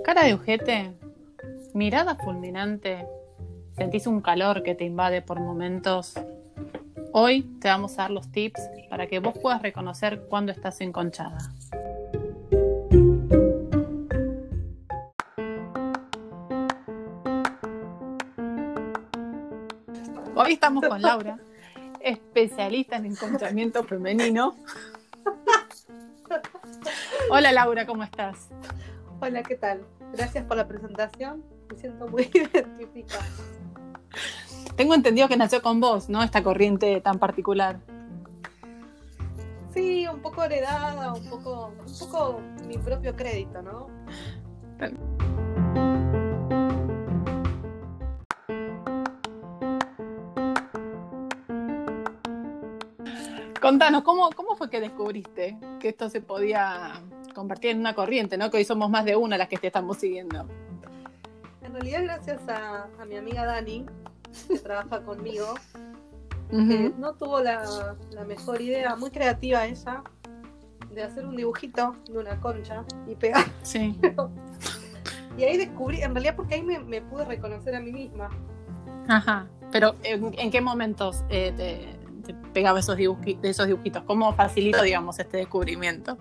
Cara de ojete, mirada fulminante, sentís un calor que te invade por momentos. Hoy te vamos a dar los tips para que vos puedas reconocer cuando estás enconchada. Hoy estamos con Laura, especialista en encontramiento femenino. Hola Laura, ¿cómo estás? Hola, ¿qué tal? Gracias por la presentación. Me siento muy identificada. Tengo entendido que nació con vos, ¿no? Esta corriente tan particular. Sí, un poco heredada, un poco mi propio crédito, ¿no? Contanos, ¿cómo fue que descubriste que esto se podía convertir en una corriente, ¿no? Que hoy somos más de una las que te estamos siguiendo. En realidad, gracias a mi amiga Dani, que trabaja conmigo, Uh-huh. que no tuvo la mejor idea, muy creativa ella, de hacer un dibujito de una concha y pegar. Sí. Y ahí descubrí, en realidad porque ahí me pude reconocer a mí misma. Ajá. Pero ¿en qué momentos te pegaba esos dibujitos? ¿Cómo facilitó, digamos, este descubrimiento?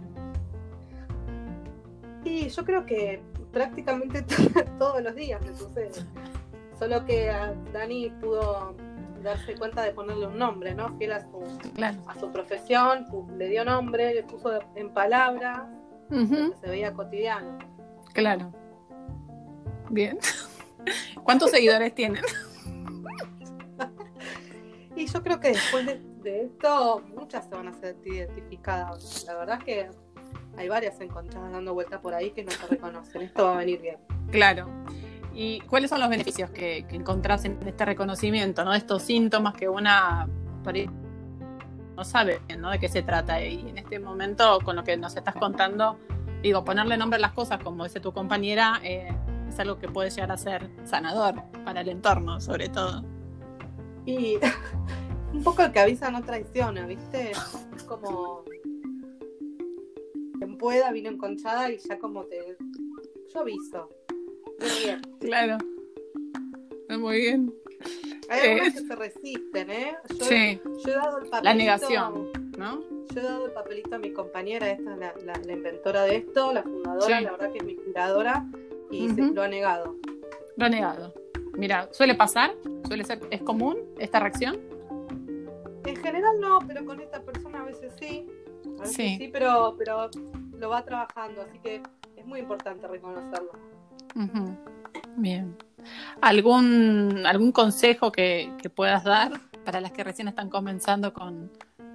Y yo creo que prácticamente todos los días me sucede. Solo que Dani pudo darse cuenta de ponerle un nombre, ¿no? Fiel a su profesión, le dio nombre, le puso en palabras, Uh-huh. que se veía cotidiano. Claro. Bien. ¿Cuántos seguidores tienen? Y yo creo que después de esto, muchas se van a sentir identificadas. La verdad es que hay varias enconchadas dando vueltas por ahí que no se reconocen. Esto va a venir bien. Claro. ¿Y cuáles son los beneficios que encontrás en este reconocimiento, ¿no? Estos síntomas que una por ahí no sabe, ¿no? De qué se trata. Y en este momento, con lo que nos estás contando, digo, ponerle nombre a las cosas, como dice tu compañera, es algo que puede llegar a ser sanador para el entorno, sobre todo. Y un poco el que avisa no traiciona, ¿viste? Es como quien pueda, vino enconchada y ya como yo aviso. Muy bien. Claro. Muy bien. Hay algunas que se resisten, ¿eh? Sí. Yo he dado el papelito. La negación, ¿no? Yo he dado el papelito a mi compañera, esta es la inventora de esto, la fundadora, Sí. La verdad que es mi inspiradora, y Uh-huh. lo ha negado. Lo ha negado. Mira, ¿suele pasar? ¿Es común esta reacción? En general no, pero con esta persona a veces sí. A veces sí, pero lo va trabajando, así que es muy importante reconocerlo. Uh-huh. Bien. ¿Algún consejo que puedas dar para las que recién están comenzando con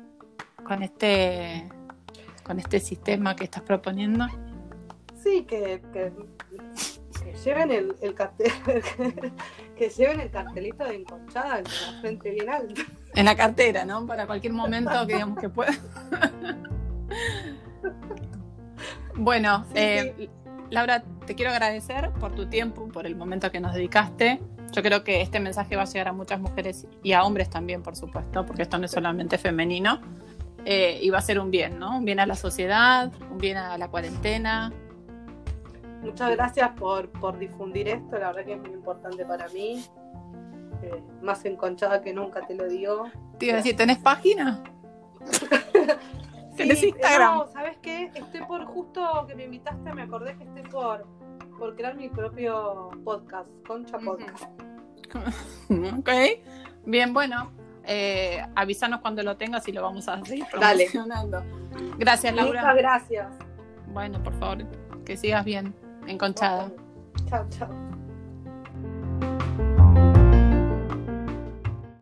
este sistema que estás proponiendo? Sí, que lleven el cartel, que lleven el cartelito de enconchada en la frente bien alta. En la cartera, ¿no? Para cualquier momento que digamos que pueda. Bueno, Sí. Laura, te quiero agradecer por tu tiempo, por el momento que nos dedicaste. Yo creo que este mensaje va a llegar a muchas mujeres y a hombres también, por supuesto, porque esto no es solamente femenino. Y va a ser un bien, ¿no? Un bien a la sociedad, un bien a la cuarentena. Muchas gracias por difundir esto, la verdad que es muy importante para mí. Más enconchada que nunca, te lo digo. Te iba a decir, ¿tenés página? ¿Tenés Sí, Instagram? no, ¿sabes qué? Estoy justo que me invitaste, me acordé que estoy por crear mi propio podcast, Concha Podcast. Ok, bien, bueno, avísanos cuando lo tengas y lo vamos a seguir promocionando. Dale. Gracias, Laura. Muchas gracias. Bueno, por favor, que sigas bien, enconchada. Chao, chao.